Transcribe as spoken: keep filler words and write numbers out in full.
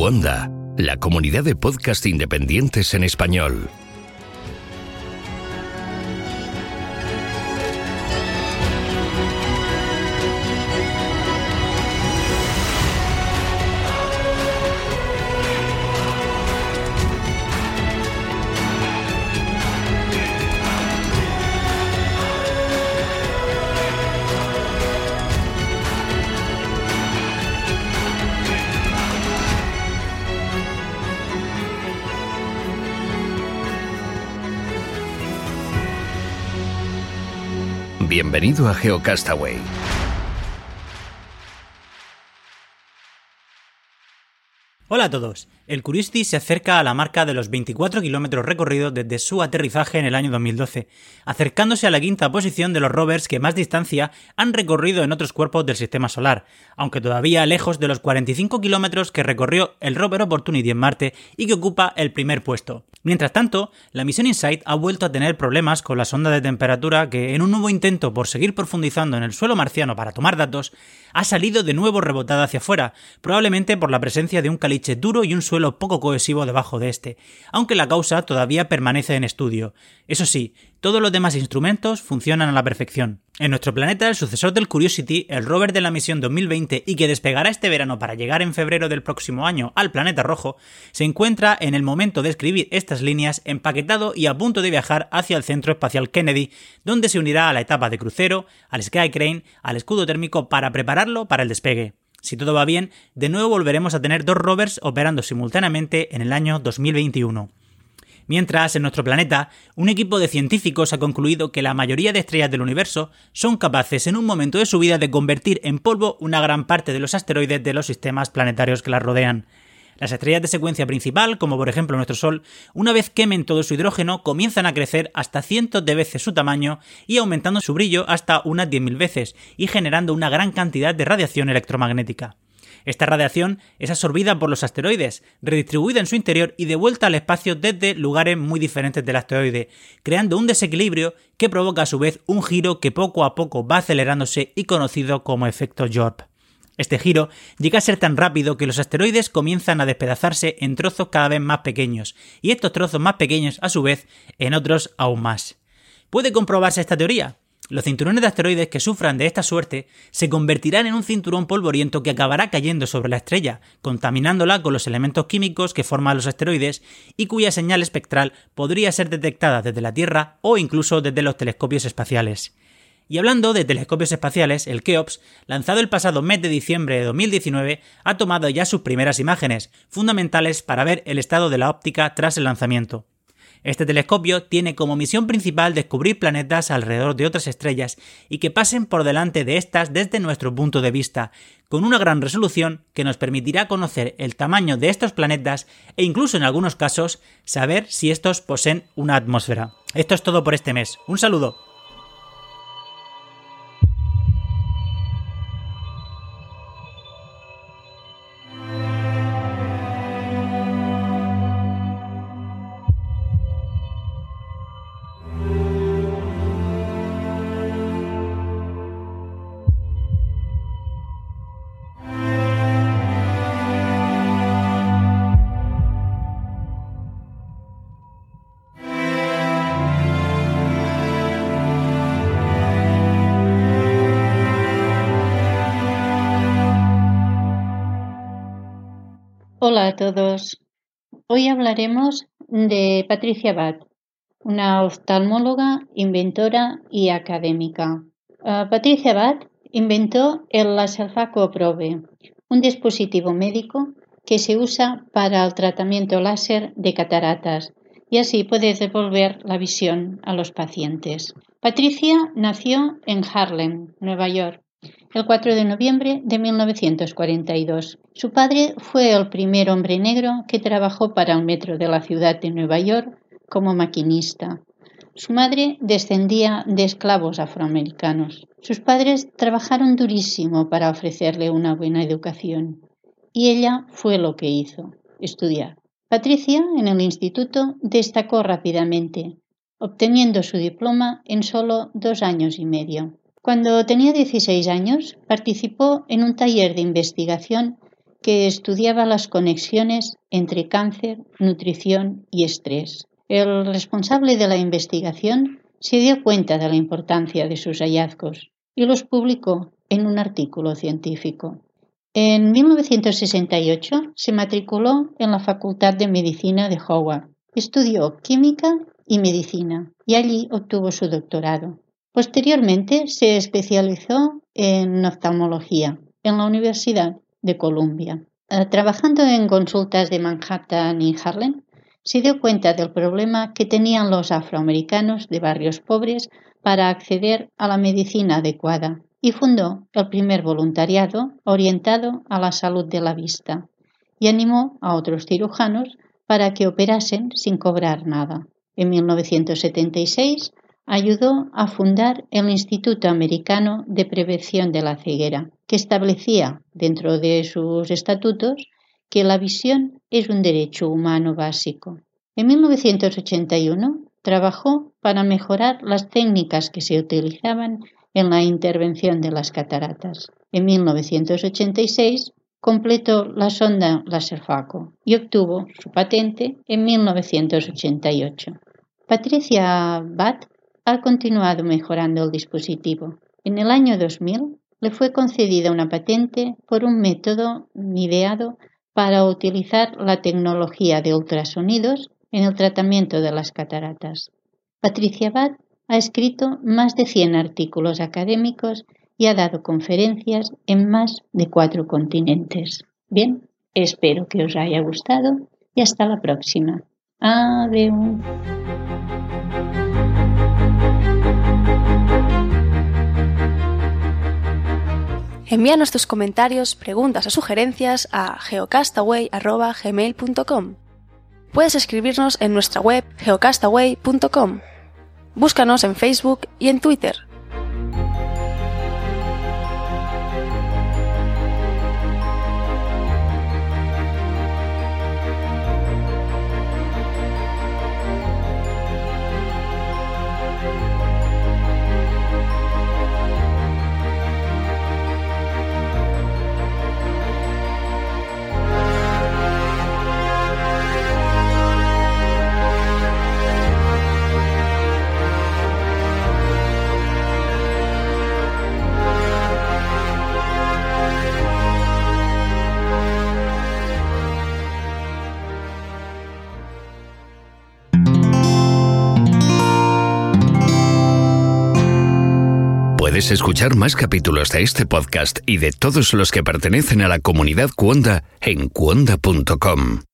Onda, la comunidad de podcast independientes en español. Bienvenido a GeoCastaway. Hola a todos. El Curiosity se acerca a la marca de los veinticuatro kilómetros recorridos desde su aterrizaje en el año dos mil doce, acercándose a la quinta posición de los rovers que más distancia han recorrido en otros cuerpos del sistema solar, aunque todavía lejos de los cuarenta y cinco kilómetros que recorrió el rover Opportunity en Marte y que ocupa el primer puesto. Mientras tanto, la misión InSight ha vuelto a tener problemas con la sonda de temperatura que, en un nuevo intento por seguir profundizando en el suelo marciano para tomar datos, ha salido de nuevo rebotada hacia afuera, probablemente por la presencia de un caliche duro y un suelo poco cohesivo debajo de este, aunque la causa todavía permanece en estudio. Eso sí, todos los demás instrumentos funcionan a la perfección. En nuestro planeta, el sucesor del Curiosity, el rover de la misión dos mil veinte y que despegará este verano para llegar en febrero del próximo año al planeta rojo, se encuentra en el momento de escribir estas líneas empaquetado y a punto de viajar hacia el Centro Espacial Kennedy, donde se unirá a la etapa de crucero, al Sky Crane, al escudo térmico para prepararlo para el despegue. Si todo va bien, de nuevo volveremos a tener dos rovers operando simultáneamente en el año dos mil veintiuno. Mientras, en nuestro planeta, un equipo de científicos ha concluido que la mayoría de estrellas del universo son capaces en un momento de su vida de convertir en polvo una gran parte de los asteroides de los sistemas planetarios que las rodean. Las estrellas de secuencia principal, como por ejemplo nuestro Sol, una vez quemen todo su hidrógeno, comienzan a crecer hasta cientos de veces su tamaño y aumentando su brillo hasta unas diez mil veces y generando una gran cantidad de radiación electromagnética. Esta radiación es absorbida por los asteroides, redistribuida en su interior y devuelta al espacio desde lugares muy diferentes del asteroide, creando un desequilibrio que provoca a su vez un giro que poco a poco va acelerándose y conocido como efecto Yorp. Este giro llega a ser tan rápido que los asteroides comienzan a despedazarse en trozos cada vez más pequeños, y estos trozos más pequeños, a su vez, en otros aún más. ¿Puede comprobarse esta teoría? Los cinturones de asteroides que sufran de esta suerte se convertirán en un cinturón polvoriento que acabará cayendo sobre la estrella, contaminándola con los elementos químicos que forman los asteroides y cuya señal espectral podría ser detectada desde la Tierra o incluso desde los telescopios espaciales. Y hablando de telescopios espaciales, el Keops, lanzado el pasado mes de diciembre de dos mil diecinueve, ha tomado ya sus primeras imágenes, fundamentales para ver el estado de la óptica tras el lanzamiento. Este telescopio tiene como misión principal descubrir planetas alrededor de otras estrellas y que pasen por delante de estas desde nuestro punto de vista, con una gran resolución que nos permitirá conocer el tamaño de estos planetas e incluso en algunos casos saber si estos poseen una atmósfera. Esto es todo por este mes. Un saludo. Hola a todos. Hoy hablaremos de Patricia Bhatt, una oftalmóloga, inventora y académica. Uh, Patricia Bhatt inventó el Laserphaco Probe, un dispositivo médico que se usa para el tratamiento láser de cataratas y así puede devolver la visión a los pacientes. Patricia nació en Harlem, Nueva York, el cuatro de noviembre de mil novecientos cuarenta y dos. Su padre fue el primer hombre negro que trabajó para el metro de la ciudad de Nueva York como maquinista. Su madre descendía de esclavos afroamericanos. Sus padres trabajaron durísimo para ofrecerle una buena educación y ella fue lo que hizo, estudiar. Patricia, en el instituto, destacó rápidamente, obteniendo su diploma en solo dos años y medio. Cuando tenía dieciséis años, participó en un taller de investigación que estudiaba las conexiones entre cáncer, nutrición y estrés. El responsable de la investigación se dio cuenta de la importancia de sus hallazgos y los publicó en un artículo científico. En mil novecientos sesenta y ocho se matriculó en la Facultad de Medicina de Howard. Estudió química y medicina y allí obtuvo su doctorado. Posteriormente se especializó en oftalmología en la Universidad de Columbia. Eh, trabajando en consultas de Manhattan y Harlem, se dio cuenta del problema que tenían los afroamericanos de barrios pobres para acceder a la medicina adecuada y fundó el primer voluntariado orientado a la salud de la vista y animó a otros cirujanos para que operasen sin cobrar nada. En mil novecientos setenta y seis ayudó a fundar el Instituto Americano de Prevención de la Ceguera, que establecía dentro de sus estatutos que la visión es un derecho humano básico. En mil novecientos ochenta y uno trabajó para mejorar las técnicas que se utilizaban en la intervención de las cataratas. En mil novecientos ochenta y seis completó la sonda láser-Phaco y obtuvo su patente en mil novecientos ochenta y ocho. Patricia Bath ha continuado mejorando el dispositivo. En el año dos mil le fue concedida una patente por un método ideado para utilizar la tecnología de ultrasonidos en el tratamiento de las cataratas. Patricia Bath ha escrito más de cien artículos académicos y ha dado conferencias en más de cuatro continentes. Bien, espero que os haya gustado y hasta la próxima. Adiós. Envíanos tus comentarios, preguntas o sugerencias a geocastaway arroba gmail punto com. Puedes escribirnos en nuestra web geocastaway punto com. Búscanos en Facebook y en Twitter. Puedes escuchar más capítulos de este podcast y de todos los que pertenecen a la comunidad Cuonda en cuonda punto com.